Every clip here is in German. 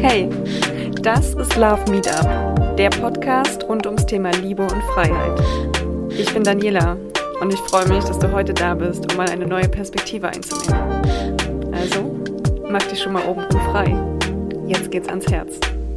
Hey, das ist Love Meetup, der Podcast rund ums Thema Liebe und Freiheit. Ich bin Daniela und ich freue mich, dass du heute da bist, um mal eine neue Perspektive einzunehmen. Also, mach dich schon mal oben frei. Jetzt geht's ans Herz.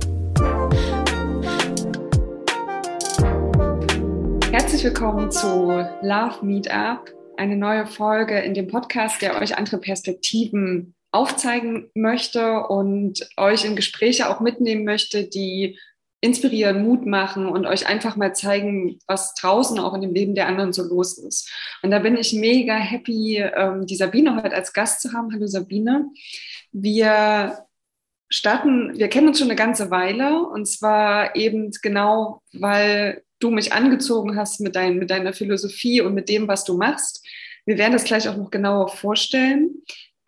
Herzlich willkommen zu Love Meetup, eine neue Folge in dem Podcast, der euch andere Perspektiven aufzeigen möchte und euch in Gespräche auch mitnehmen möchte, die inspirieren, Mut machen und euch einfach mal zeigen, was draußen auch in dem Leben der anderen so los ist. Und da bin ich mega happy, die Sabine heute als Gast zu haben. Hallo Sabine. Wir kennen uns schon eine ganze Weile und zwar eben genau, weil du mich angezogen hast mit deiner Philosophie und mit dem, was du machst. Wir werden das gleich auch noch genauer vorstellen.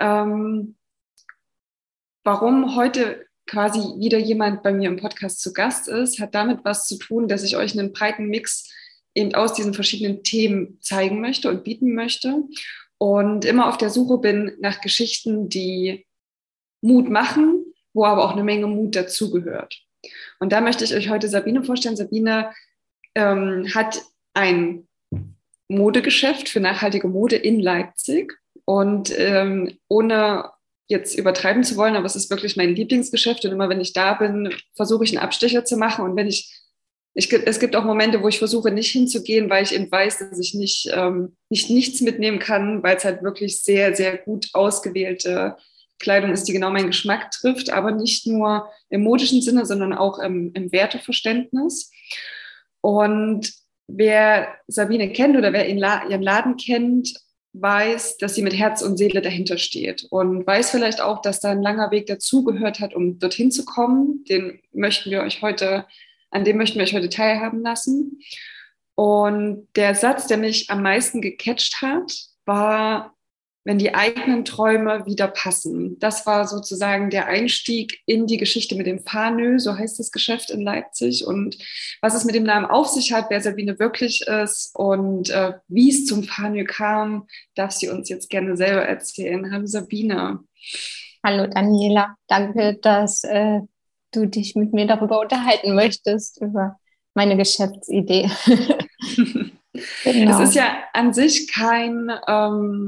Warum heute quasi wieder jemand bei mir im Podcast zu Gast ist, hat damit was zu tun, dass ich euch einen breiten Mix eben aus diesen verschiedenen Themen zeigen möchte und bieten möchte und immer auf der Suche bin nach Geschichten, die Mut machen, wo aber auch eine Menge Mut dazugehört. Und da möchte ich euch heute Sabine vorstellen. Sabine hat ein Modegeschäft für nachhaltige Mode in Leipzig und ohne jetzt übertreiben zu wollen, aber es ist wirklich mein Lieblingsgeschäft und immer wenn ich da bin, versuche ich einen Abstecher zu machen und es gibt auch Momente, wo ich versuche nicht hinzugehen, weil ich eben weiß, dass ich nichts mitnehmen kann, weil es halt wirklich sehr, sehr gut ausgewählte Kleidung ist, die genau meinen Geschmack trifft, aber nicht nur im modischen Sinne, sondern auch im Werteverständnis. Und wer Sabine kennt oder wer ihren Laden kennt, weiß, dass sie mit Herz und Seele dahinter steht und weiß vielleicht auch, dass da ein langer Weg dazugehört hat, um dorthin zu kommen. An dem möchten wir euch heute teilhaben lassen. Und der Satz, der mich am meisten gecatcht hat, war: Wenn die eigenen Träume wieder passen. Das war sozusagen der Einstieg in die Geschichte mit dem Fanö, so heißt das Geschäft in Leipzig. Und was es mit dem Namen auf sich hat, wer Sabine wirklich ist und wie es zum Fanö kam, darf sie uns jetzt gerne selber erzählen. Hallo Sabine. Hallo Daniela, danke, dass du dich mit mir darüber unterhalten möchtest, über meine Geschäftsidee. Genau. Es ist ja an sich keine,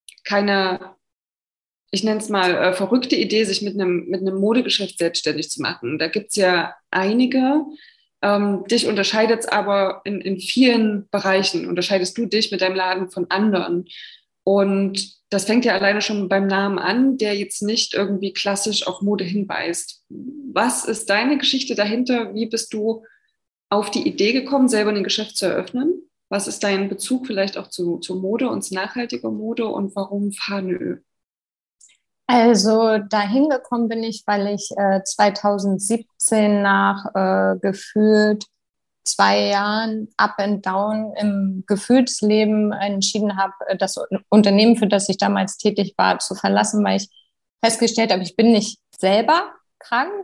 ich nenne es mal, verrückte Idee, sich mit einem Modegeschäft selbstständig zu machen. Da gibt es ja einige. Dich unterscheidet es aber in vielen Bereichen. Unterscheidest du dich mit deinem Laden von anderen? Und das fängt ja alleine schon beim Namen an, der jetzt nicht irgendwie klassisch auf Mode hinweist. Was ist deine Geschichte dahinter? Wie bist du auf die Idee gekommen, selber ein Geschäft zu eröffnen? Was ist dein Bezug vielleicht auch zu Mode und zu nachhaltiger Mode und warum Fanö? Also dahin gekommen bin ich, weil ich 2017 nach gefühlt 2 Jahren Up and Down im Gefühlsleben entschieden habe, das Unternehmen, für das ich damals tätig war, zu verlassen, weil ich festgestellt habe, ich bin nicht selber krank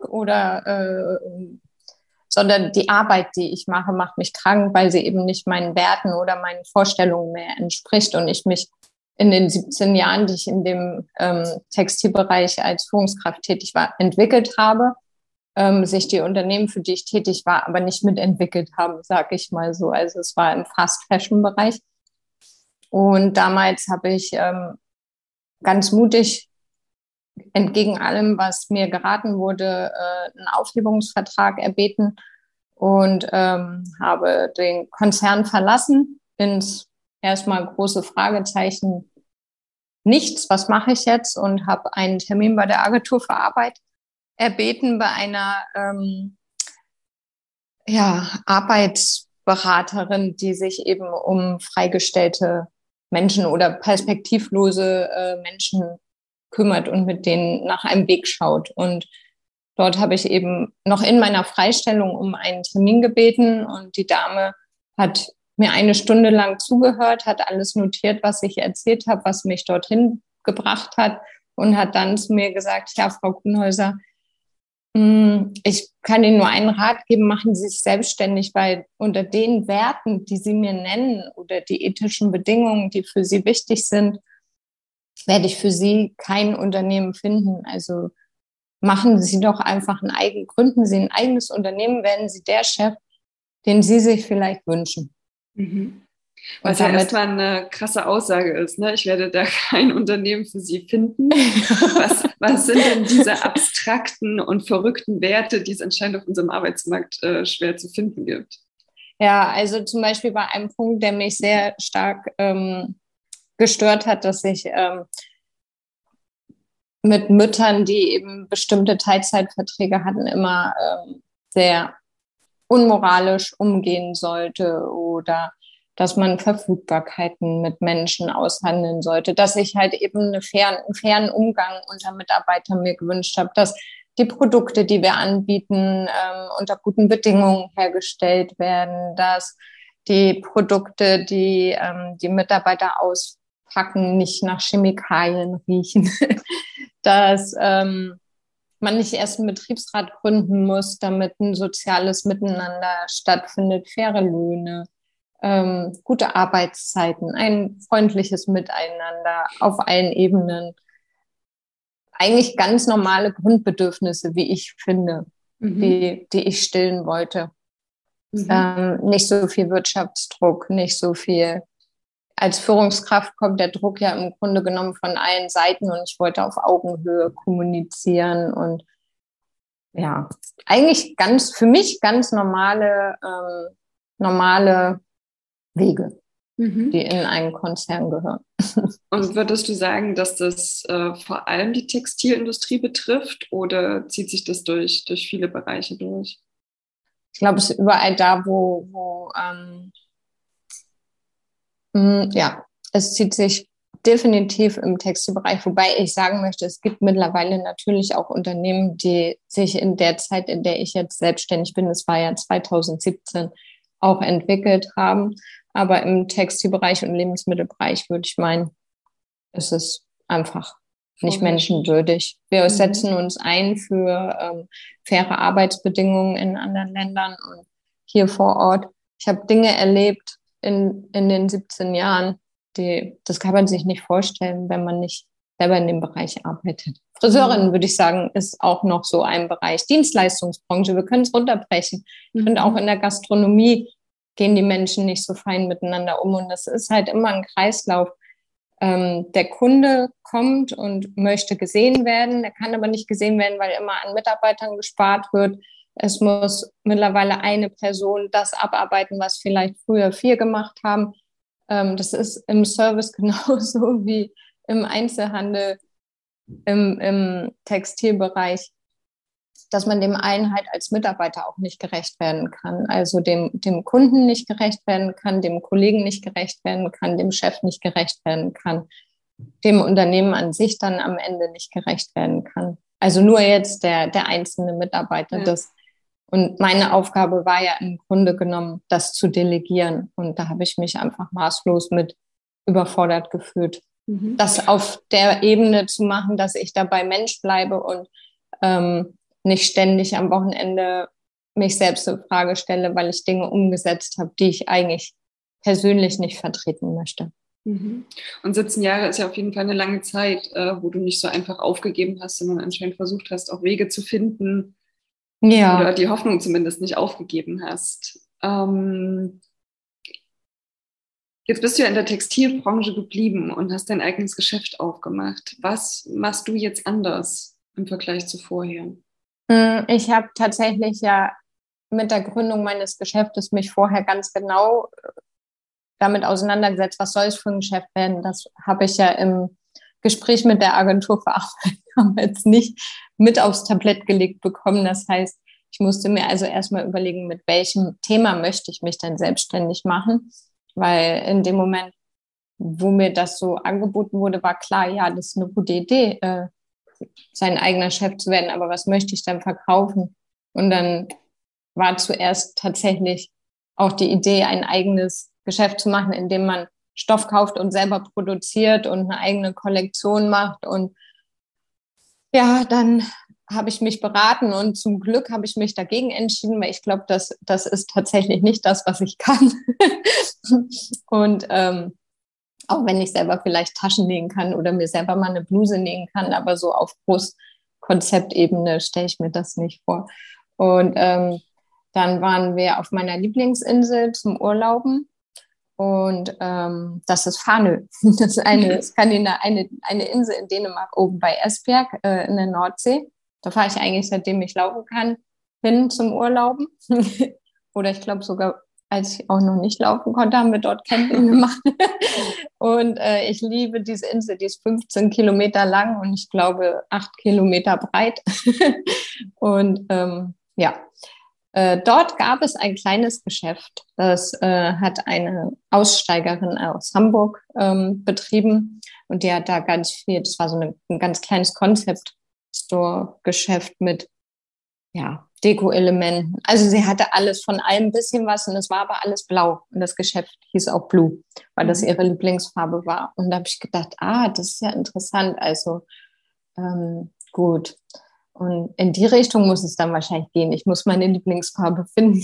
sondern die Arbeit, die ich mache, macht mich krank, weil sie eben nicht meinen Werten oder meinen Vorstellungen mehr entspricht und ich mich in den 17 Jahren, die ich in dem Textilbereich als Führungskraft tätig war, entwickelt habe, sich die Unternehmen, für die ich tätig war, aber nicht mitentwickelt haben, sage ich mal so. Also es war im Fast-Fashion-Bereich. Und damals habe ich ganz mutig, entgegen allem, was mir geraten wurde, einen Aufhebungsvertrag erbeten und habe den Konzern verlassen, ins erstmal große Fragezeichen, nichts, was mache ich jetzt? Und habe einen Termin bei der Agentur für Arbeit erbeten, bei einer Arbeitsberaterin, die sich eben um freigestellte Menschen oder perspektivlose Menschen kümmert und mit denen nach einem Weg schaut. Und dort habe ich eben noch in meiner Freistellung um einen Termin gebeten und die Dame hat mir 1 Stunde lang zugehört, hat alles notiert, was ich erzählt habe, was mich dorthin gebracht hat und hat dann zu mir gesagt: Ja, Frau Kuhnhäuser, ich kann Ihnen nur einen Rat geben, machen Sie sich selbstständig, weil unter den Werten, die Sie mir nennen oder die ethischen Bedingungen, die für Sie wichtig sind, werde ich für Sie kein Unternehmen finden. Also machen Sie doch einfach gründen Sie ein eigenes Unternehmen, werden Sie der Chef, den Sie sich vielleicht wünschen. Mhm. Was ja erstmal eine krasse Aussage ist, ne? Ich werde da kein Unternehmen für Sie finden. Was sind denn diese abstrakten und verrückten Werte, die es anscheinend auf unserem Arbeitsmarkt schwer zu finden gibt? Ja, also zum Beispiel bei einem Punkt, der mich sehr stark gestört hat, dass ich mit Müttern, die eben bestimmte Teilzeitverträge hatten, immer sehr unmoralisch umgehen sollte oder dass man Verfügbarkeiten mit Menschen aushandeln sollte, dass ich halt eben einen fairen Umgang unter Mitarbeitern mir gewünscht habe, dass die Produkte, die wir anbieten, unter guten Bedingungen hergestellt werden, dass die Produkte, die die Mitarbeiter auspacken, nicht nach Chemikalien riechen, dass man nicht erst einen Betriebsrat gründen muss, damit ein soziales Miteinander stattfindet, faire Löhne, gute Arbeitszeiten, ein freundliches Miteinander auf allen Ebenen. Eigentlich ganz normale Grundbedürfnisse, wie ich finde, die ich stillen wollte. Nicht so viel Wirtschaftsdruck, nicht so viel. Als Führungskraft kommt der Druck ja im Grunde genommen von allen Seiten und ich wollte auf Augenhöhe kommunizieren und ja, eigentlich für mich ganz normale Wege, die in einen Konzern gehören. Und würdest du sagen, dass das vor allem die Textilindustrie betrifft oder zieht sich das durch viele Bereiche durch? Ich glaube, es ist überall da, ja, es zieht sich definitiv im Textilbereich, wobei ich sagen möchte, es gibt mittlerweile natürlich auch Unternehmen, die sich in der Zeit, in der ich jetzt selbstständig bin, das war ja 2017, auch entwickelt haben. Aber im Textilbereich und Lebensmittelbereich würde ich meinen, es ist einfach nicht menschenwürdig. Wir setzen uns ein für faire Arbeitsbedingungen in anderen Ländern und hier vor Ort. Ich habe Dinge erlebt in den 17 Jahren, das kann man sich nicht vorstellen, wenn man nicht selber in dem Bereich arbeitet. Friseurin, würde ich sagen, ist auch noch so ein Bereich. Dienstleistungsbranche, wir können es runterbrechen. Ich finde, auch in der Gastronomie gehen die Menschen nicht so fein miteinander um. Und das ist halt immer ein Kreislauf. Der Kunde kommt und möchte gesehen werden. Er kann aber nicht gesehen werden, weil immer an Mitarbeitern gespart wird. Es muss mittlerweile eine Person das abarbeiten, was vielleicht früher 4 gemacht haben. Das ist im Service genauso wie im Einzelhandel, im Textilbereich, dass man dem einen halt als Mitarbeiter auch nicht gerecht werden kann. Also dem Kunden nicht gerecht werden kann, dem Kollegen nicht gerecht werden kann, dem Chef nicht gerecht werden kann, dem Unternehmen an sich dann am Ende nicht gerecht werden kann. Also nur jetzt der einzelne Mitarbeiter. Ja. Und meine Aufgabe war ja im Grunde genommen, das zu delegieren. Und da habe ich mich einfach maßlos mit überfordert gefühlt. Das auf der Ebene zu machen, dass ich dabei Mensch bleibe und nicht ständig am Wochenende mich selbst in Frage stelle, weil ich Dinge umgesetzt habe, die ich eigentlich persönlich nicht vertreten möchte. Und 17 Jahre ist ja auf jeden Fall eine lange Zeit, wo du nicht so einfach aufgegeben hast, sondern anscheinend versucht hast, auch Wege zu finden, ja, oder die Hoffnung zumindest nicht aufgegeben hast. Jetzt bist du ja in der Textilbranche geblieben und hast dein eigenes Geschäft aufgemacht. Was machst du jetzt anders im Vergleich zu vorher? Ich habe tatsächlich ja mit der Gründung meines Geschäftes mich vorher ganz genau damit auseinandergesetzt, was soll es für ein Geschäft werden. Das habe ich ja im Gespräch mit der Agentur für Arbeit jetzt nicht mit aufs Tablett gelegt bekommen. Das heißt, ich musste mir also erstmal überlegen, mit welchem Thema möchte ich mich denn selbstständig machen. Weil in dem Moment, wo mir das so angeboten wurde, war klar, ja, das ist eine gute Idee, sein eigener Chef zu werden, aber was möchte ich dann verkaufen? Und dann war zuerst tatsächlich auch die Idee, ein eigenes Geschäft zu machen, in dem man Stoff kauft und selber produziert und eine eigene Kollektion macht. Und ja, dann habe ich mich beraten und zum Glück habe ich mich dagegen entschieden, weil ich glaube, das ist tatsächlich nicht das, was ich kann. Und auch wenn ich selber vielleicht Taschen nähen kann oder mir selber mal eine Bluse nähen kann, aber so auf Brust Konzeptebene stelle ich mir das nicht vor. Und dann waren wir auf meiner Lieblingsinsel zum Urlauben. Und das ist Fanø. Das ist eine Insel in Dänemark oben bei Esbjerg in der Nordsee. Da fahre ich eigentlich, seitdem ich laufen kann, hin zum Urlauben. Oder ich glaube sogar, als ich auch noch nicht laufen konnte, haben wir dort Camping gemacht. Und ich liebe diese Insel, die ist 15 Kilometer lang und ich glaube 8 Kilometer breit. Und dort gab es ein kleines Geschäft, das hat eine Aussteigerin aus Hamburg betrieben und die hat da ganz viel, das war so ein ganz kleines Concept-Store-Geschäft mit Deko-Elementen. Also sie hatte alles von allem ein bisschen was und es war aber alles blau und das Geschäft hieß auch Blue, weil das ihre Lieblingsfarbe war. Und da habe ich gedacht, das ist ja interessant, also gut. Und in die Richtung muss es dann wahrscheinlich gehen. Ich muss meine Lieblingsfarbe finden.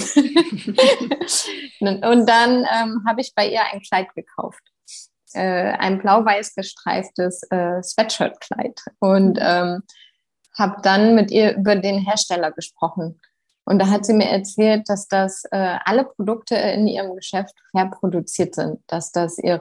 Und dann habe ich bei ihr ein Kleid gekauft. Ein blau-weiß gestreiftes Sweatshirt-Kleid. Und habe dann mit ihr über den Hersteller gesprochen. Und da hat sie mir erzählt, dass das alle Produkte in ihrem Geschäft fair produziert sind. Dass das die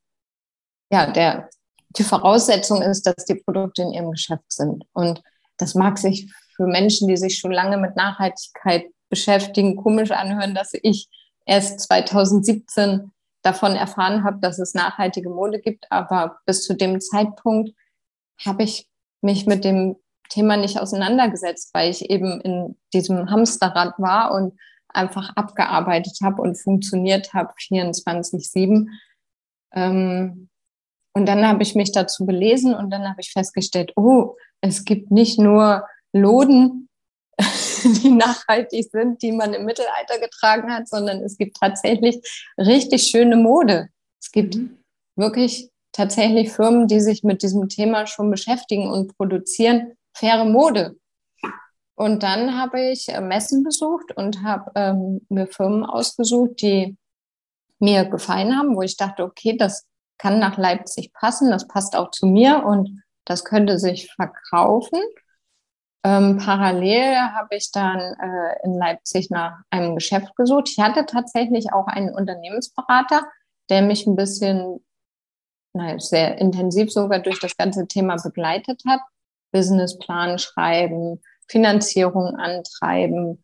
Voraussetzung ist, dass die Produkte in ihrem Geschäft sind. Und das mag sich für Menschen, die sich schon lange mit Nachhaltigkeit beschäftigen, komisch anhören, dass ich erst 2017 davon erfahren habe, dass es nachhaltige Mode gibt. Aber bis zu dem Zeitpunkt habe ich mich mit dem Thema nicht auseinandergesetzt, weil ich eben in diesem Hamsterrad war und einfach abgearbeitet habe und funktioniert habe 24/7. Und dann habe ich mich dazu belesen und dann habe ich festgestellt, es gibt nicht nur Loden, die nachhaltig sind, die man im Mittelalter getragen hat, sondern es gibt tatsächlich richtig schöne Mode. Es gibt wirklich tatsächlich Firmen, die sich mit diesem Thema schon beschäftigen und produzieren faire Mode. Und dann habe ich Messen besucht und habe mir Firmen ausgesucht, die mir gefallen haben, wo ich dachte, okay, das kann nach Leipzig passen, das passt auch zu mir und das könnte sich verkaufen. Parallel habe ich dann in Leipzig nach einem Geschäft gesucht. Ich hatte tatsächlich auch einen Unternehmensberater, der mich ein bisschen, sehr intensiv sogar durch das ganze Thema begleitet hat. Businessplan schreiben, Finanzierung antreiben,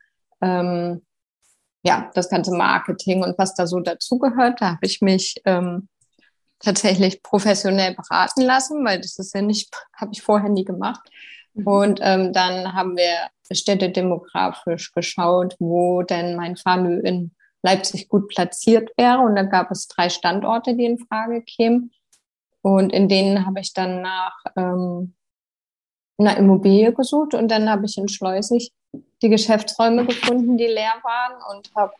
das ganze Marketing und was da so dazugehört. Da habe ich mich tatsächlich professionell beraten lassen, weil das ist ja nicht, habe ich vorher nie gemacht. Und dann haben wir städtedemografisch geschaut, wo denn mein Fanø in Leipzig gut platziert wäre. Und da gab es 3 Standorte, die in Frage kämen. Und in denen habe ich dann nach einer Immobilie gesucht und dann habe ich in Schleusig die Geschäftsräume gefunden, die leer waren und habe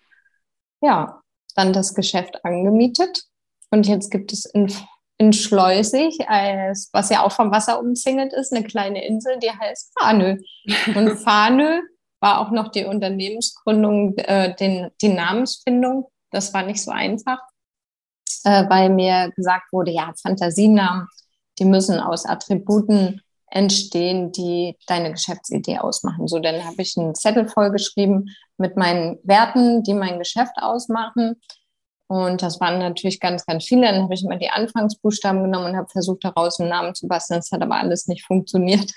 dann das Geschäft angemietet. Und jetzt gibt es in Schleusig, was ja auch vom Wasser umzingelt ist, eine kleine Insel, die heißt Fanø. Und Fanø war auch noch die Unternehmensgründung, die Namensfindung. Das war nicht so einfach, weil mir gesagt wurde, Fantasienamen, die müssen aus Attributen entstehen, die deine Geschäftsidee ausmachen. So, dann habe ich einen Zettel vollgeschrieben mit meinen Werten, die mein Geschäft ausmachen. Und das waren natürlich ganz, ganz viele. Dann habe ich immer die Anfangsbuchstaben genommen und habe versucht, daraus einen Namen zu basteln. Das hat aber alles nicht funktioniert.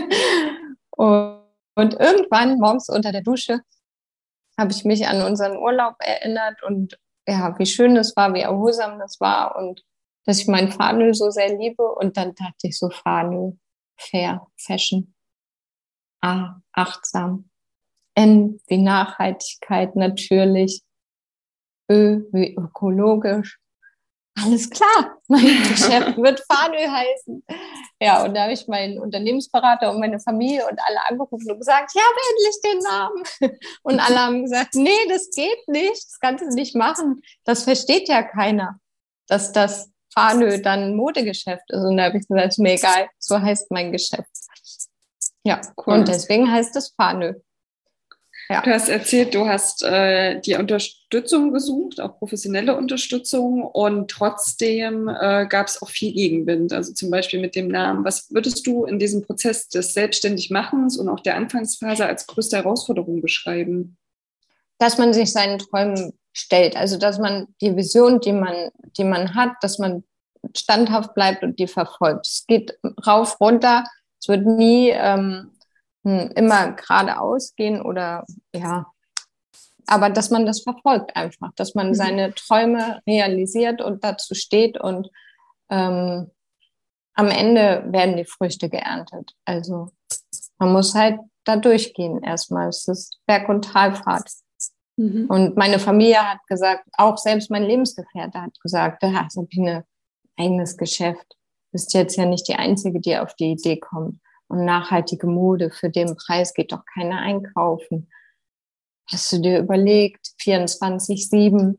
und irgendwann morgens unter der Dusche habe ich mich an unseren Urlaub erinnert und wie schön das war, wie erholsam das war und dass ich mein Fanø so sehr liebe. Und dann dachte ich so, Fanø, fair, Fashion, A, achtsam, N wie Nachhaltigkeit natürlich, Ö wie ökologisch. Alles klar, mein Geschäft wird Fanø heißen. Ja, und da habe ich meinen Unternehmensberater und meine Familie und alle angerufen und gesagt, ich habe endlich den Namen. Und alle haben gesagt, nee, das geht nicht, das kannst du nicht machen. Das versteht ja keiner, dass das Fanø dann ein Modegeschäft ist. Und da habe ich gesagt, ist mir egal, so heißt mein Geschäft. Ja, cool. Und deswegen heißt es Fanø. Ja. Du hast erzählt, du Unterstützung gesucht, auch professionelle Unterstützung, und trotzdem gab es auch viel Gegenwind, also zum Beispiel mit dem Namen. Was würdest du in diesem Prozess des Selbstständigmachens und auch der Anfangsphase als größte Herausforderung beschreiben? Dass man sich seinen Träumen stellt, also dass man die Vision, die man hat, dass man standhaft bleibt und die verfolgt. Es geht rauf, runter, es wird nie immer geradeaus gehen oder ja, aber dass man das verfolgt einfach, dass man seine Träume realisiert und dazu steht und am Ende werden die Früchte geerntet. Also man muss halt da durchgehen erstmal. Es ist Berg- und Talfahrt. Und meine Familie hat gesagt, auch selbst mein Lebensgefährte hat gesagt, ja, Sabine, eigenes Geschäft. Du bist jetzt ja nicht die Einzige, die auf die Idee kommt. Und nachhaltige Mode, für den Preis geht doch keiner einkaufen. Hast du dir überlegt, 24/7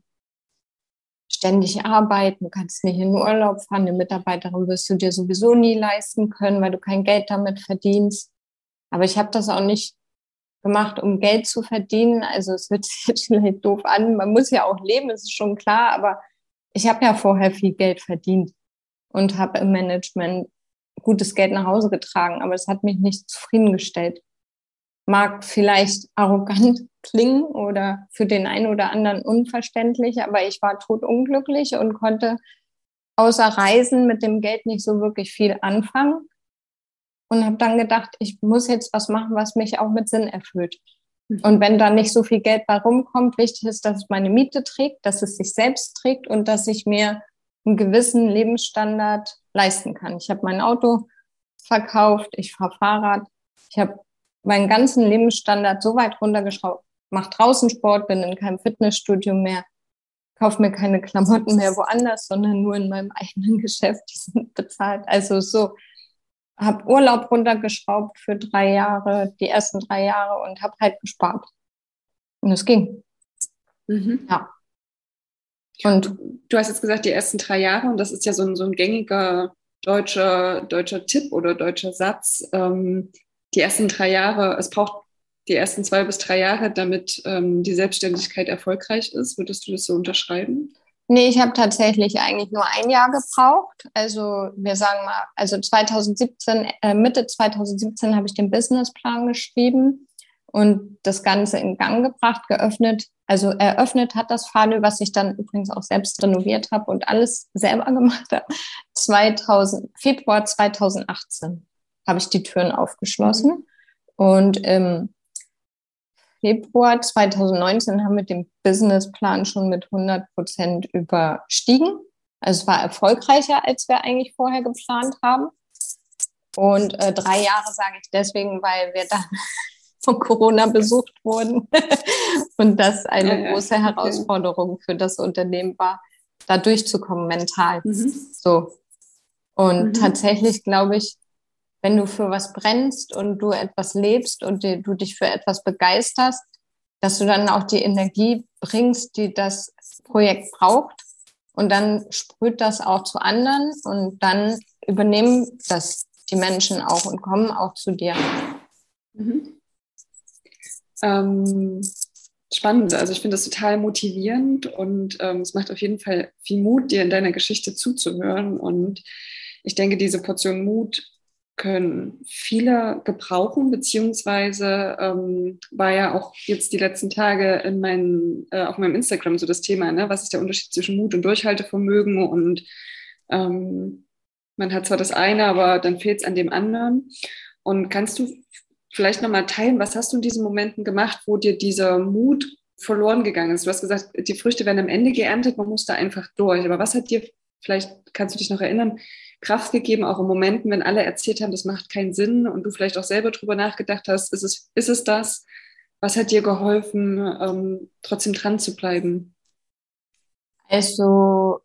ständig arbeiten, du kannst nicht in den Urlaub fahren, eine Mitarbeiterin wirst du dir sowieso nie leisten können, weil du kein Geld damit verdienst. Aber ich habe das auch nicht gemacht, um Geld zu verdienen. Also es hört sich jetzt vielleicht doof an, man muss ja auch leben, das ist schon klar, aber ich habe ja vorher viel Geld verdient und habe im Management gutes Geld nach Hause getragen, aber es hat mich nicht zufriedengestellt. Mag vielleicht arrogant klingen oder für den einen oder anderen unverständlich, aber ich war totunglücklich und konnte außer Reisen mit dem Geld nicht so wirklich viel anfangen und habe dann gedacht, ich muss jetzt was machen, was mich auch mit Sinn erfüllt. Und wenn da nicht so viel Geld bei rumkommt, wichtig ist, dass es meine Miete trägt, dass es sich selbst trägt und dass ich mir einen gewissen Lebensstandard leisten kann. Ich habe mein Auto verkauft, ich fahre Fahrrad, ich habe meinen ganzen Lebensstandard so weit runtergeschraubt, mache draußen Sport, bin in keinem Fitnessstudio mehr, kaufe mir keine Klamotten mehr woanders, sondern nur in meinem eigenen Geschäft, die sind bezahlt. Also so, habe Urlaub runtergeschraubt für 3 Jahre, die ersten 3 Jahre und habe halt gespart. Und es ging. Ja. Und du hast jetzt gesagt, die ersten 3 Jahre, und das ist ja so ein gängiger deutscher Tipp oder deutscher Satz. Die ersten 3 Jahre, es braucht die ersten 2 bis 3 Jahre, damit die Selbstständigkeit erfolgreich ist. Würdest du das so unterschreiben? Nee, ich habe tatsächlich eigentlich nur 1 Jahr gebraucht. Also wir sagen mal, also 2017, Mitte 2017 habe ich den Businessplan geschrieben und das Ganze in Gang gebracht, geöffnet. Also eröffnet hat das Fado, was ich dann übrigens auch selbst renoviert habe und alles selber gemacht habe. Februar 2018 habe ich die Türen aufgeschlossen. Und im Februar 2019 haben wir den Businessplan schon mit 100% überstiegen. Also es war erfolgreicher, als wir eigentlich vorher geplant haben. Und 3 Jahre sage ich deswegen, weil wir dann von Corona besucht wurden und das eine große Herausforderung für das Unternehmen war, da durchzukommen mental. So. Und tatsächlich glaube ich, wenn du für was brennst und du etwas lebst und du dich für etwas begeisterst, dass du dann auch die Energie bringst, die das Projekt braucht. Und dann sprüht das auch zu anderen und dann übernehmen das die Menschen auch und kommen auch zu dir. Spannend. Also ich finde das total motivierend und es macht auf jeden Fall viel Mut, dir in deiner Geschichte zuzuhören. Und ich denke, diese Portion Mut können viele gebrauchen, beziehungsweise war ja auch jetzt die letzten Tage auf meinem Instagram so das Thema, ne? Was ist der Unterschied zwischen Mut und Durchhaltevermögen? Und man hat zwar das eine, aber dann fehlt es an dem anderen. Und kannst du vielleicht nochmal teilen, was hast du in diesen Momenten gemacht, wo dir dieser Mut verloren gegangen ist? Du hast gesagt, die Früchte werden am Ende geerntet, man muss da einfach durch. Aber was hat dir, vielleicht kannst du dich noch erinnern, Kraft gegeben, auch in Momenten, wenn alle erzählt haben, das macht keinen Sinn und du vielleicht auch selber drüber nachgedacht hast, ist es das? Was hat dir geholfen, trotzdem dran zu bleiben? Also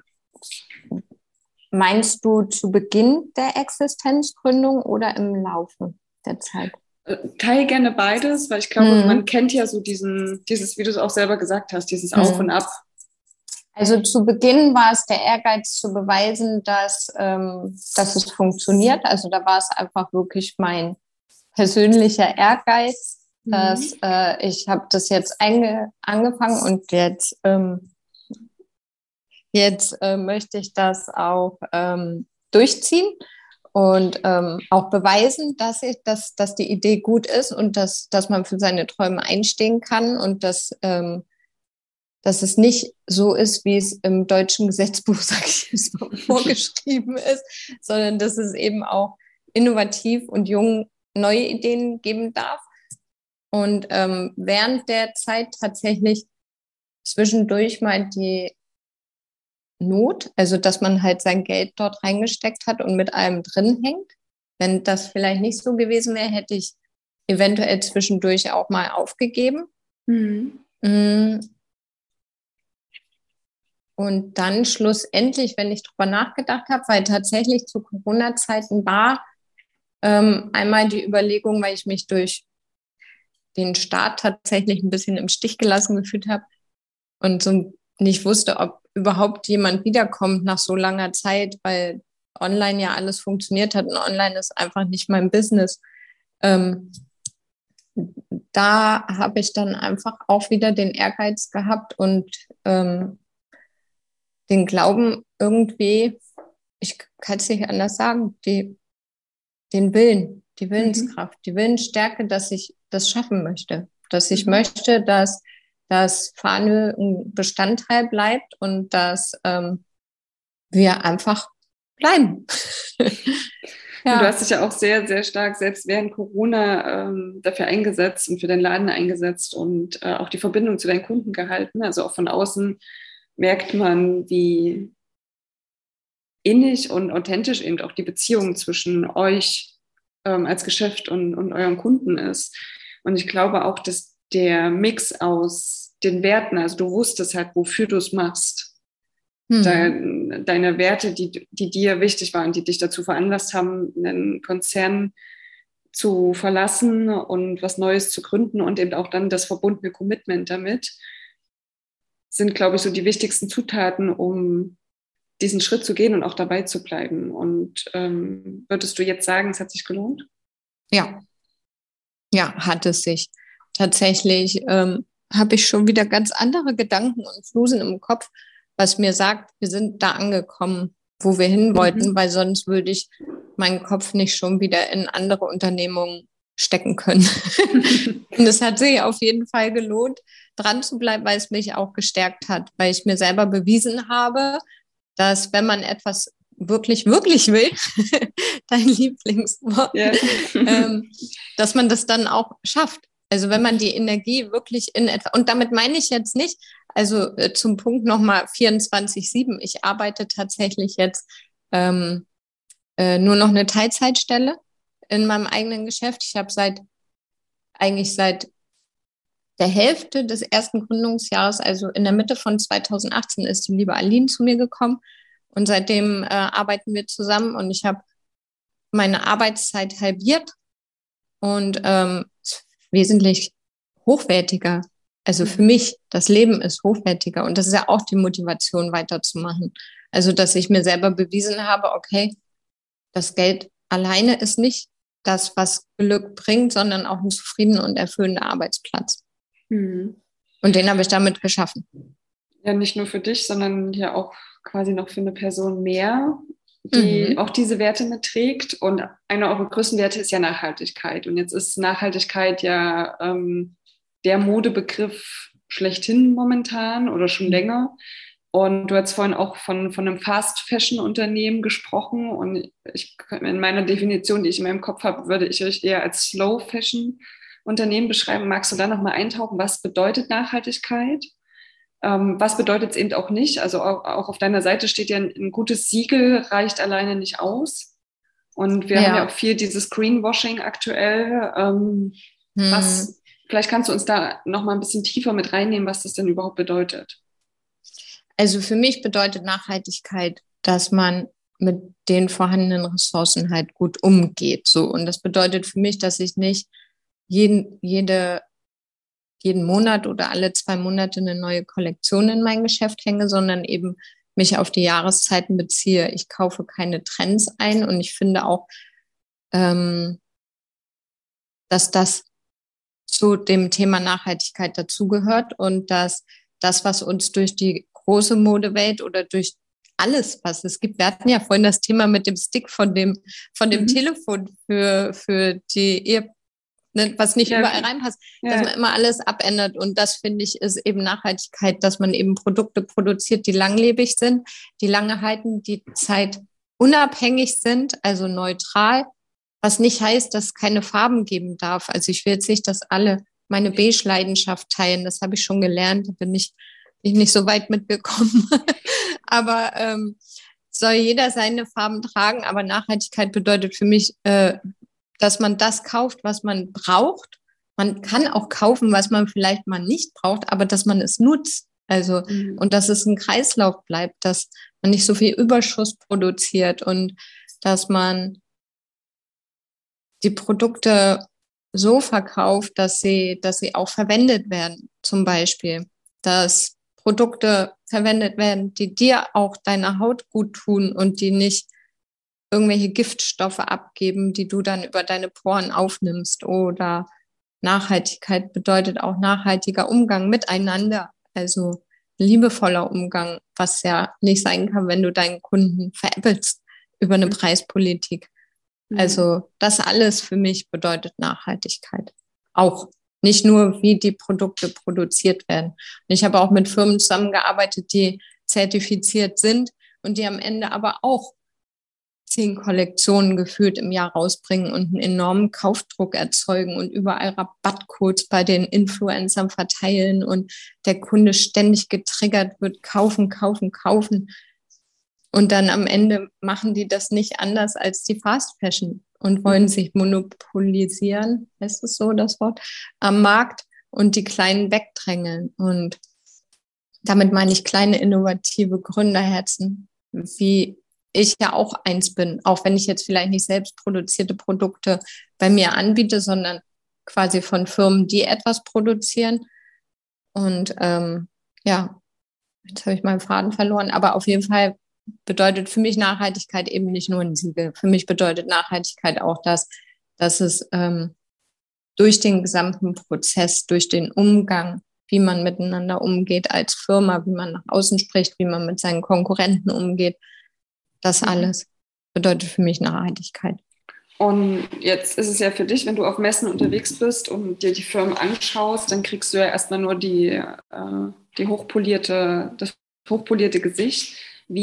meinst du zu Beginn der Existenzgründung oder im Laufe der Zeit? Teil gerne beides, weil ich glaube, man kennt ja so dieses, wie du es auch selber gesagt hast, dieses Auf und Ab. Also zu Beginn war es der Ehrgeiz zu beweisen, dass es funktioniert. Also da war es einfach wirklich mein persönlicher Ehrgeiz, dass ich habe das jetzt angefangen und jetzt möchte ich das auch durchziehen und auch beweisen, dass die Idee gut ist und dass man für seine Träume einstehen kann und dass es nicht so ist, wie es im deutschen Gesetzbuch, sag ich jetzt mal, vorgeschrieben ist, sondern dass es eben auch innovativ und jung neue Ideen geben darf. Und während der Zeit tatsächlich zwischendurch mal die Not, also dass man halt sein Geld dort reingesteckt hat und mit allem drin hängt. Wenn das vielleicht nicht so gewesen wäre, hätte ich eventuell zwischendurch auch mal aufgegeben. Mhm. Und dann schlussendlich, wenn ich drüber nachgedacht habe, weil tatsächlich zu Corona-Zeiten war einmal die Überlegung, weil ich mich durch den Staat tatsächlich ein bisschen im Stich gelassen gefühlt habe und so nicht wusste, ob überhaupt jemand wiederkommt nach so langer Zeit, weil online ja alles funktioniert hat und online ist einfach nicht mein Business. Da habe ich dann einfach auch wieder den Ehrgeiz gehabt und den Glauben irgendwie, ich kann es nicht anders sagen, den Willen, die Willenskraft, die Willensstärke, dass ich das schaffen möchte. Dass ich möchte, dass das Fanö ein Bestandteil bleibt und dass wir einfach bleiben. Ja. Du hast dich ja auch sehr, sehr stark selbst während Corona dafür eingesetzt und für deinen Laden eingesetzt und auch die Verbindung zu deinen Kunden gehalten. Also auch von außen merkt man, wie innig und authentisch eben auch die Beziehung zwischen euch als Geschäft und euren Kunden ist. Und ich glaube auch, dass der Mix aus den Werten, also du wusstest halt, wofür du es machst, deine Werte, die dir wichtig waren, die dich dazu veranlasst haben, einen Konzern zu verlassen und was Neues zu gründen und eben auch dann das verbundene Commitment damit, sind, glaube ich, so die wichtigsten Zutaten, um diesen Schritt zu gehen und auch dabei zu bleiben. Und würdest du jetzt sagen, es hat sich gelohnt? Ja, hat es sich. Tatsächlich habe ich schon wieder ganz andere Gedanken und Flusen im Kopf, was mir sagt, wir sind da angekommen, wo wir hin wollten, weil sonst würde ich meinen Kopf nicht schon wieder in andere Unternehmungen stecken können. Und es hat sich auf jeden Fall gelohnt, dran zu bleiben, weil es mich auch gestärkt hat, weil ich mir selber bewiesen habe, dass wenn man etwas wirklich, wirklich will, dein Lieblingswort, dass man das dann auch schafft. Also wenn man die Energie wirklich in etwas, und damit meine ich jetzt nicht, also zum Punkt nochmal 24/7, ich arbeite tatsächlich jetzt nur noch eine Teilzeitstelle in meinem eigenen Geschäft. Ich habe seit der Hälfte des ersten Gründungsjahres, also in der Mitte von 2018, ist die liebe Aline zu mir gekommen und seitdem arbeiten wir zusammen und ich habe meine Arbeitszeit halbiert und wesentlich hochwertiger. Also für mich, das Leben ist hochwertiger und das ist ja auch die Motivation, weiterzumachen. Also, dass ich mir selber bewiesen habe, okay, das Geld alleine ist nicht das, was Glück bringt, sondern auch ein zufriedener und erfüllender Arbeitsplatz. Und den habe ich damit geschaffen. Ja, nicht nur für dich, sondern ja auch quasi noch für eine Person mehr, die auch diese Werte mitträgt. Und einer eurer größten Werte ist ja Nachhaltigkeit. Und jetzt ist Nachhaltigkeit ja der Modebegriff schlechthin momentan oder schon länger. Und du hast vorhin auch von einem Fast-Fashion-Unternehmen gesprochen. Und in meiner Definition, die ich in meinem Kopf habe, würde ich euch eher als Slow-Fashion-Unternehmen beschreiben. Magst du da nochmal eintauchen? Was bedeutet Nachhaltigkeit? Was bedeutet es eben auch nicht? Also auch auf deiner Seite steht ja, ein gutes Siegel reicht alleine nicht aus. Und wir haben ja auch viel dieses Greenwashing aktuell. Vielleicht kannst du uns da nochmal ein bisschen tiefer mit reinnehmen, was das denn überhaupt bedeutet. Also für mich bedeutet Nachhaltigkeit, dass man mit den vorhandenen Ressourcen halt gut umgeht. So. Und das bedeutet für mich, dass ich nicht jeden Monat oder alle 2 Monate eine neue Kollektion in mein Geschäft hänge, sondern eben mich auf die Jahreszeiten beziehe. Ich kaufe keine Trends ein und ich finde auch, dass das zu dem Thema Nachhaltigkeit dazugehört und dass das, was uns durch die große Modewelt oder durch alles, was es gibt. Wir hatten ja vorhin das Thema mit dem Stick von dem Telefon für die Ehe, ne, was nicht überall reinpasst, dass man immer alles abändert. Und das, finde ich, ist eben Nachhaltigkeit, dass man eben Produkte produziert, die langlebig sind, die lange halten, die zeitunabhängig sind, also neutral, was nicht heißt, dass es keine Farben geben darf. Also ich will jetzt nicht, dass alle meine Beige-Leidenschaft teilen. Das habe ich schon gelernt, da bin ich nicht so weit mitgekommen. Aber soll jeder seine Farben tragen. Aber Nachhaltigkeit bedeutet für mich, dass man das kauft, was man braucht. Man kann auch kaufen, was man vielleicht mal nicht braucht, aber dass man es nutzt. Also, und dass es ein Kreislauf bleibt, dass man nicht so viel Überschuss produziert und dass man die Produkte so verkauft, dass sie auch verwendet werden, zum Beispiel. Dass Produkte verwendet werden, die dir auch deiner Haut gut tun und die nicht irgendwelche Giftstoffe abgeben, die du dann über deine Poren aufnimmst. Oder Nachhaltigkeit bedeutet auch nachhaltiger Umgang miteinander, also liebevoller Umgang, was ja nicht sein kann, wenn du deinen Kunden veräppelst über eine Preispolitik. Also das alles für mich bedeutet Nachhaltigkeit. Auch nicht nur, wie die Produkte produziert werden. Und ich habe auch mit Firmen zusammengearbeitet, die zertifiziert sind und die am Ende aber auch 10 Kollektionen gefühlt im Jahr rausbringen und einen enormen Kaufdruck erzeugen und überall Rabattcodes bei den Influencern verteilen und der Kunde ständig getriggert wird, kaufen, kaufen, kaufen. Und dann am Ende machen die das nicht anders als die Fast Fashion und wollen sich monopolisieren, heißt es so, das Wort, am Markt und die Kleinen wegdrängeln. Und damit meine ich kleine innovative Gründerherzen, wie ich ja auch eins bin, auch wenn ich jetzt vielleicht nicht selbst produzierte Produkte bei mir anbiete, sondern quasi von Firmen, die etwas produzieren. Und ja, jetzt habe ich meinen Faden verloren, aber auf jeden Fall bedeutet für mich Nachhaltigkeit eben nicht nur ein Siegel. Für mich bedeutet Nachhaltigkeit auch dass es durch den gesamten Prozess, durch den Umgang, wie man miteinander umgeht als Firma, wie man nach außen spricht, wie man mit seinen Konkurrenten umgeht, das alles bedeutet für mich Nachhaltigkeit. Und jetzt ist es ja für dich, wenn du auf Messen unterwegs bist und dir die Firmen anschaust, dann kriegst du ja erstmal nur das hochpolierte Gesicht.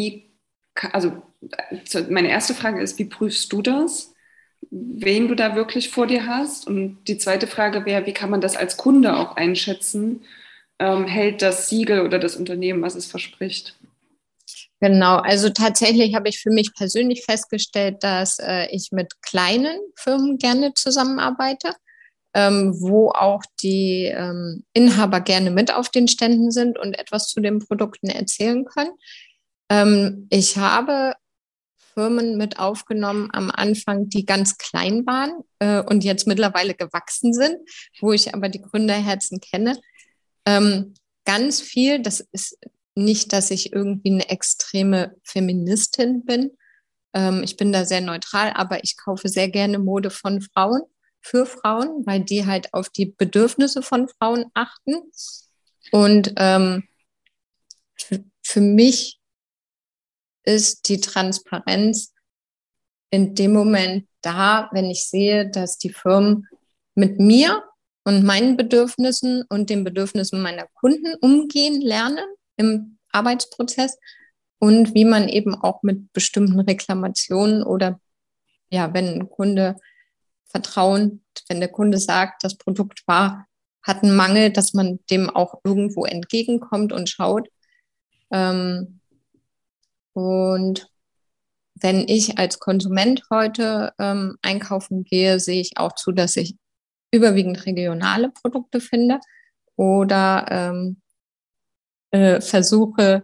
Meine erste Frage ist, wie prüfst du das? Wen du da wirklich vor dir hast? Und die zweite Frage wäre, wie kann man das als Kunde auch einschätzen? Hält das Siegel oder das Unternehmen, was es verspricht? Genau, also tatsächlich habe ich für mich persönlich festgestellt, dass ich mit kleinen Firmen gerne zusammenarbeite, wo auch die Inhaber gerne mit auf den Ständen sind und etwas zu den Produkten erzählen können. Ich habe Firmen mit aufgenommen am Anfang, die ganz klein waren und jetzt mittlerweile gewachsen sind, wo ich aber die Gründerherzen kenne. Ganz viel, das ist nicht, dass ich irgendwie eine extreme Feministin bin. Ich bin da sehr neutral, aber ich kaufe sehr gerne Mode von Frauen, für Frauen, weil die halt auf die Bedürfnisse von Frauen achten. Und für mich ist die Transparenz in dem Moment da, wenn ich sehe, dass die Firmen mit mir und meinen Bedürfnissen und den Bedürfnissen meiner Kunden umgehen lernen im Arbeitsprozess und wie man eben auch mit bestimmten Reklamationen oder ja, wenn ein Kunde wenn der Kunde sagt, das Produkt hat einen Mangel, dass man dem auch irgendwo entgegenkommt und schaut. Und wenn ich als Konsument heute einkaufen gehe, sehe ich auch zu, dass ich überwiegend regionale Produkte finde oder versuche,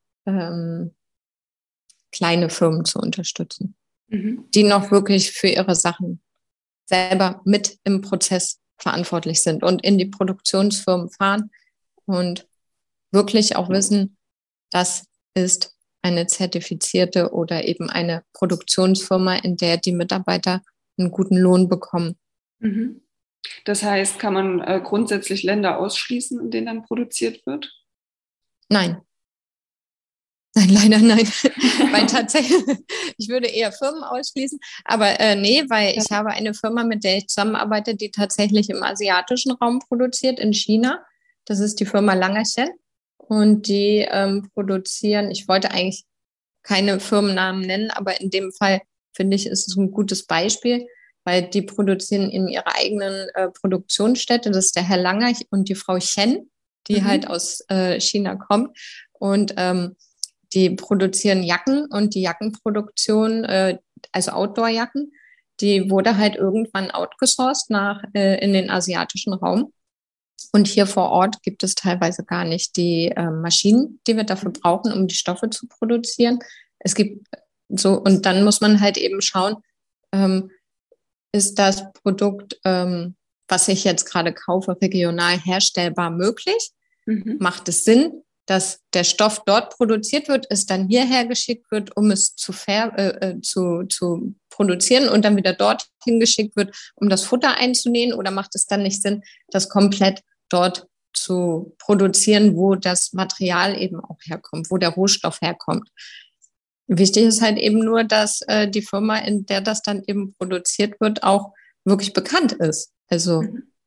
kleine Firmen zu unterstützen, die noch wirklich für ihre Sachen selber mit im Prozess verantwortlich sind und in die Produktionsfirmen fahren und wirklich auch wissen, das ist eine zertifizierte oder eben eine Produktionsfirma, in der die Mitarbeiter einen guten Lohn bekommen. Das heißt, kann man grundsätzlich Länder ausschließen, in denen dann produziert wird? Nein. Nein, leider nein. Weil tatsächlich, ich würde eher Firmen ausschließen, aber nee, weil ich habe eine Firma, mit der ich zusammenarbeite, die tatsächlich im asiatischen Raum produziert, in China. Das ist die Firma Langerchen. Und die produzieren, ich wollte eigentlich keine Firmennamen nennen, aber in dem Fall finde ich, ist es ein gutes Beispiel, weil die produzieren in ihrer eigenen Produktionsstätte. Das ist der Herr Langer und die Frau Chen, die halt aus China kommt. Und die produzieren Jacken und die Jackenproduktion, also Outdoor-Jacken, die wurde halt irgendwann outgesourced in den asiatischen Raum. Und hier vor Ort gibt es teilweise gar nicht die Maschinen, die wir dafür brauchen, um die Stoffe zu produzieren. Es gibt so, und dann muss man halt eben schauen, ist das Produkt, was ich jetzt gerade kaufe, regional herstellbar möglich? Macht es Sinn, dass der Stoff dort produziert wird, es dann hierher geschickt wird, um es zu produzieren und dann wieder dorthin geschickt wird, um das Futter einzunähen? Oder macht es dann nicht Sinn, das komplett dort zu produzieren, wo das Material eben auch herkommt, wo der Rohstoff herkommt? Wichtig ist halt eben nur, dass die Firma, in der das dann eben produziert wird, auch wirklich bekannt ist. Also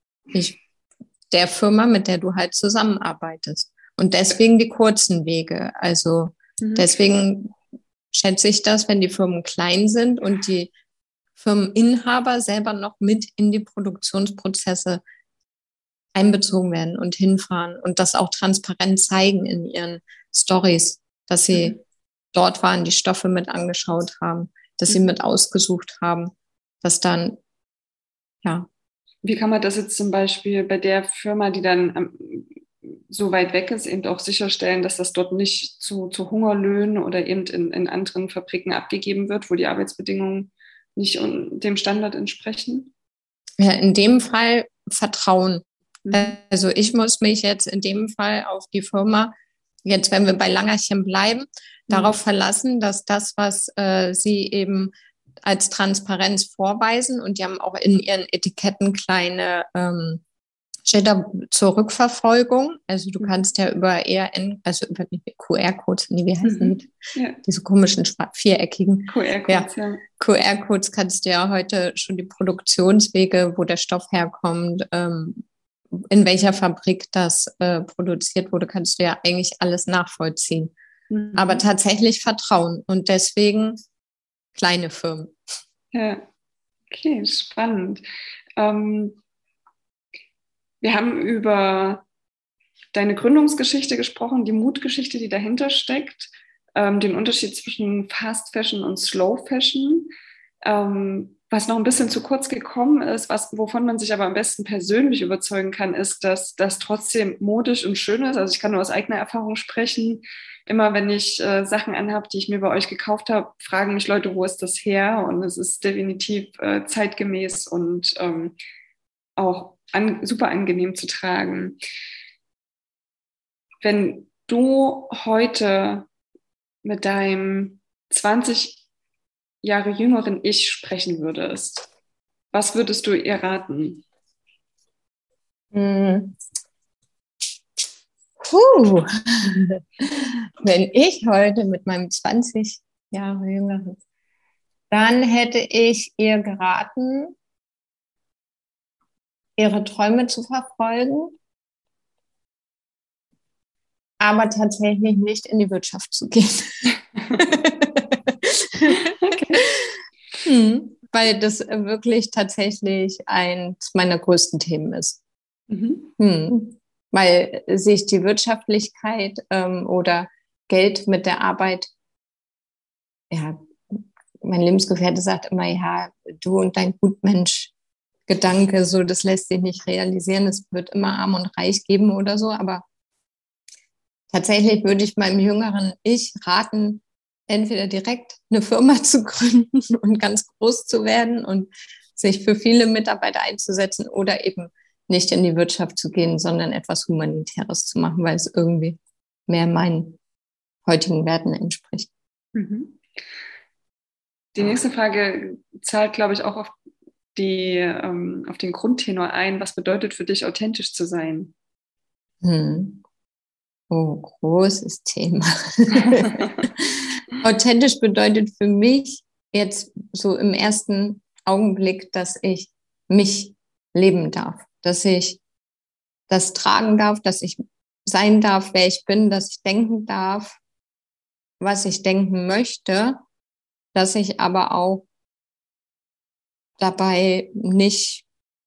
der Firma, mit der du halt zusammenarbeitest. Und deswegen die kurzen Wege. Also deswegen schätze ich das, wenn die Firmen klein sind und die Firmeninhaber selber noch mit in die Produktionsprozesse einbezogen werden und hinfahren und das auch transparent zeigen in ihren Stories, dass sie dort waren, die Stoffe mit angeschaut haben, dass sie mit ausgesucht haben, dass dann, ja. Wie kann man das jetzt zum Beispiel bei der Firma, die dann so weit weg ist, eben auch sicherstellen, dass das dort nicht zu Hungerlöhnen oder eben in anderen Fabriken abgegeben wird, wo die Arbeitsbedingungen nicht dem Standard entsprechen? Ja, in dem Fall Vertrauen. Also ich muss mich jetzt in dem Fall auf die Firma, jetzt wenn wir bei Langerchen bleiben, darauf verlassen, dass das, was sie eben als Transparenz vorweisen, und die haben auch in ihren Etiketten kleine Schilder zur Rückverfolgung. Also du kannst ja über über QR-Codes, nee, wie heißen die? Ja. Diese komischen viereckigen QR-Codes, ja. QR-Codes kannst du ja heute schon die Produktionswege, wo der Stoff herkommt, in welcher Fabrik das produziert wurde, kannst du ja eigentlich alles nachvollziehen. Aber tatsächlich Vertrauen und deswegen kleine Firmen. Ja, okay, spannend. Wir haben über deine Gründungsgeschichte gesprochen, die Mutgeschichte, die dahinter steckt, den Unterschied zwischen Fast Fashion und Slow Fashion. Was noch ein bisschen zu kurz gekommen ist, wovon man sich aber am besten persönlich überzeugen kann, ist, dass das trotzdem modisch und schön ist. Also ich kann nur aus eigener Erfahrung sprechen. Immer wenn ich Sachen anhabe, die ich mir bei euch gekauft habe, fragen mich Leute, wo ist das her? Und es ist definitiv zeitgemäß und auch super angenehm zu tragen. Wenn du heute mit deinem 20 Jahre jüngeren Ich sprechen würdest, was würdest du ihr raten? Wenn ich heute mit meinem 20 Jahre jüngeren, dann hätte ich ihr geraten, ihre Träume zu verfolgen, aber tatsächlich nicht in die Wirtschaft zu gehen. Okay. Weil das wirklich tatsächlich eins meiner größten Themen ist. Weil sich die Wirtschaftlichkeit oder Geld mit der Arbeit, ja, mein Lebensgefährte sagt immer, ja, du und dein Gutmensch-Gedanke, so, das lässt sich nicht realisieren, es wird immer arm und reich geben oder so, aber tatsächlich würde ich meinem jüngeren Ich raten, entweder direkt eine Firma zu gründen und ganz groß zu werden und sich für viele Mitarbeiter einzusetzen oder eben nicht in die Wirtschaft zu gehen, sondern etwas Humanitäres zu machen, weil es irgendwie mehr meinen heutigen Werten entspricht. Die nächste Frage zahlt, glaube ich, auch auf auf den Grundtenor ein. Was bedeutet für dich, authentisch zu sein? Oh, großes Thema. Authentisch bedeutet für mich jetzt so im ersten Augenblick, dass ich mich leben darf, dass ich das tragen darf, dass ich sein darf, wer ich bin, dass ich denken darf, was ich denken möchte, dass ich aber auch dabei nicht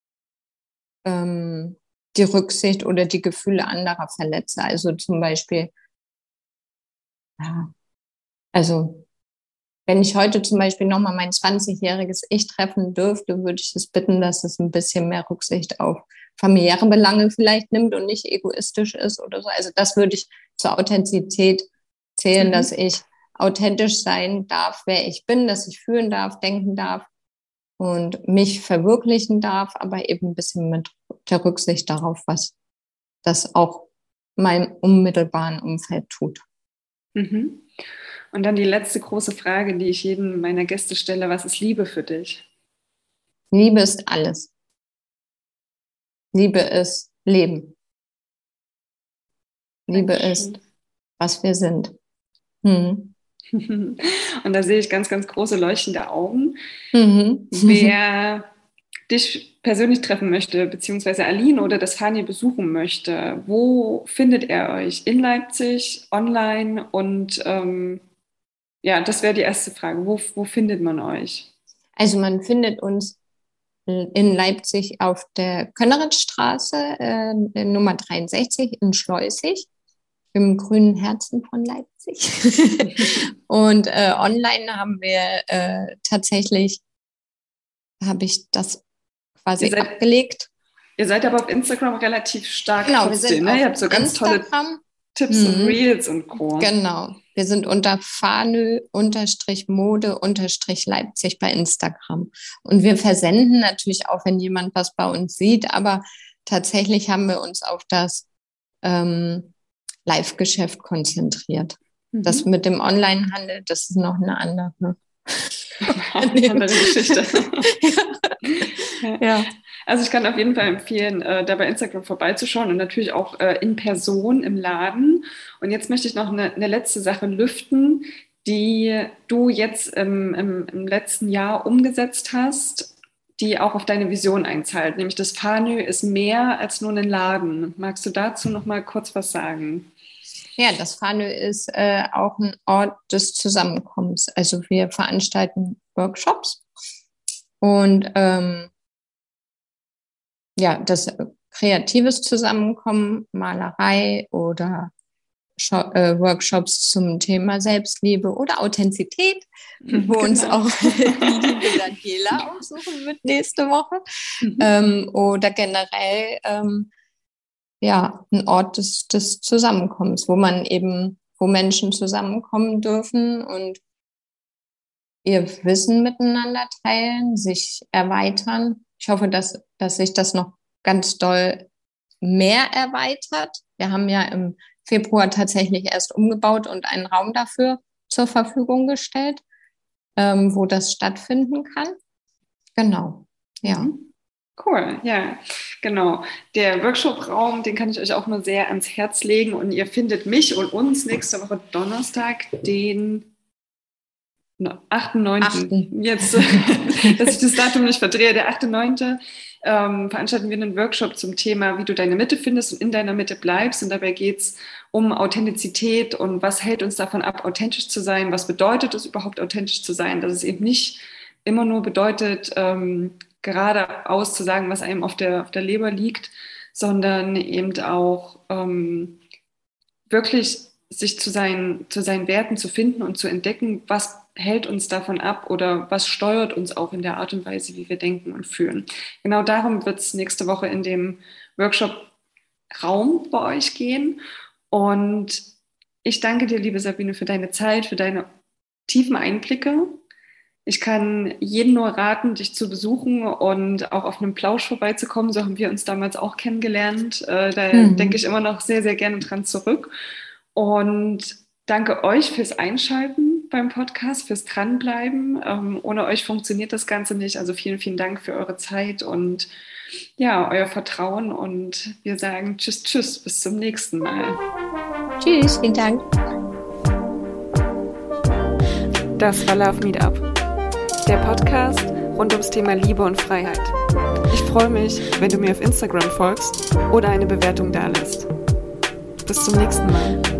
die Rücksicht oder die Gefühle anderer verletze. Also zum Beispiel, ja, also wenn ich heute zum Beispiel nochmal mein 20-jähriges Ich treffen dürfte, würde ich es bitten, dass es ein bisschen mehr Rücksicht auf familiäre Belange vielleicht nimmt und nicht egoistisch ist oder so. Also das würde ich zur Authentizität zählen, dass ich authentisch sein darf, wer ich bin, dass ich fühlen darf, denken darf und mich verwirklichen darf, aber eben ein bisschen mit der Rücksicht darauf, was das auch meinem unmittelbaren Umfeld tut. Mhm. Und dann die letzte große Frage, die ich jedem meiner Gäste stelle: Was ist Liebe für dich? Liebe ist alles. Liebe ist Leben. Liebe Dankeschön. ist, was wir sind. Mhm. Und da sehe ich ganz, ganz große leuchtende Augen. Mhm. Wer dich persönlich treffen möchte, beziehungsweise Aline oder das Hani besuchen möchte, wo findet er euch? In Leipzig, online? Und ja, das wäre die erste Frage. Wo findet man euch? Also man findet uns in Leipzig auf der Könneritzstraße, Nummer 63 in Schleusig, im grünen Herzen von Leipzig. Und online haben wir tatsächlich, habe ich das quasi abgelegt. Ihr seid aber auf Instagram relativ stark genau, trotzdem, ne? Ihr habt so ganz tolle Tipps und Reels und Co. Genau, wir sind unter Fanö-Mode-Leipzig bei Instagram. Und wir versenden natürlich auch, wenn jemand was bei uns sieht, aber tatsächlich haben wir uns auf das Live-Geschäft konzentriert. Das mit dem Onlinehandel, das ist noch eine andere Geschichte. Ja. Also ich kann auf jeden Fall empfehlen, da bei Instagram vorbeizuschauen und natürlich auch in Person im Laden. Und jetzt möchte ich noch eine letzte Sache lüften, die du jetzt im letzten Jahr umgesetzt hast, die auch auf deine Vision einzahlt. Nämlich das Fanö ist mehr als nur ein Laden. Magst du dazu noch mal kurz was sagen? Ja, das Fanö ist auch ein Ort des Zusammenkommens. Also wir veranstalten Workshops und ja, das kreatives Zusammenkommen, Malerei oder Workshops zum Thema Selbstliebe oder Authentizität, wo uns auch die liebe Daniela aufsuchen wird nächste Woche. Oder generell ja, ein Ort des Zusammenkommens, wo Menschen zusammenkommen dürfen und ihr Wissen miteinander teilen, sich erweitern. Ich hoffe, dass sich das noch ganz doll mehr erweitert. Wir haben ja im Februar tatsächlich erst umgebaut und einen Raum dafür zur Verfügung gestellt, wo das stattfinden kann. Genau, ja. Cool, ja, genau. Der Workshop-Raum, den kann ich euch auch nur sehr ans Herz legen. Und ihr findet mich und uns nächste Woche Donnerstag, den 8.9. Jetzt, dass ich das Datum nicht verdrehe, der 8.9. Veranstalten wir einen Workshop zum Thema, wie du deine Mitte findest und in deiner Mitte bleibst. Und dabei geht es um Authentizität und was hält uns davon ab, authentisch zu sein. Was bedeutet es überhaupt, authentisch zu sein? Dass es eben nicht immer nur bedeutet, geradeaus zu sagen, was einem auf der Leber liegt, sondern eben auch wirklich sich zu seinen Werten zu finden und zu entdecken, was hält uns davon ab oder was steuert uns auch in der Art und Weise, wie wir denken und fühlen. Genau darum wird es nächste Woche in dem Workshop-Raum bei euch gehen. Und ich danke dir, liebe Sabine, für deine Zeit, für deine tiefen Einblicke. Ich kann jedem nur raten, dich zu besuchen und auch auf einem Plausch vorbeizukommen. So haben wir uns damals auch kennengelernt. Da denke ich immer noch sehr, sehr gerne dran zurück. Und danke euch fürs Einschalten. beim Podcast, fürs Dranbleiben. Ohne euch funktioniert das Ganze nicht. Also vielen, vielen Dank für eure Zeit und ja, euer Vertrauen. Und wir sagen tschüss, tschüss, bis zum nächsten Mal. Tschüss, vielen Dank. Das war Love Meetup, der Podcast rund ums Thema Liebe und Freiheit. Ich freue mich, wenn du mir auf Instagram folgst oder eine Bewertung dalässt. Bis zum nächsten Mal.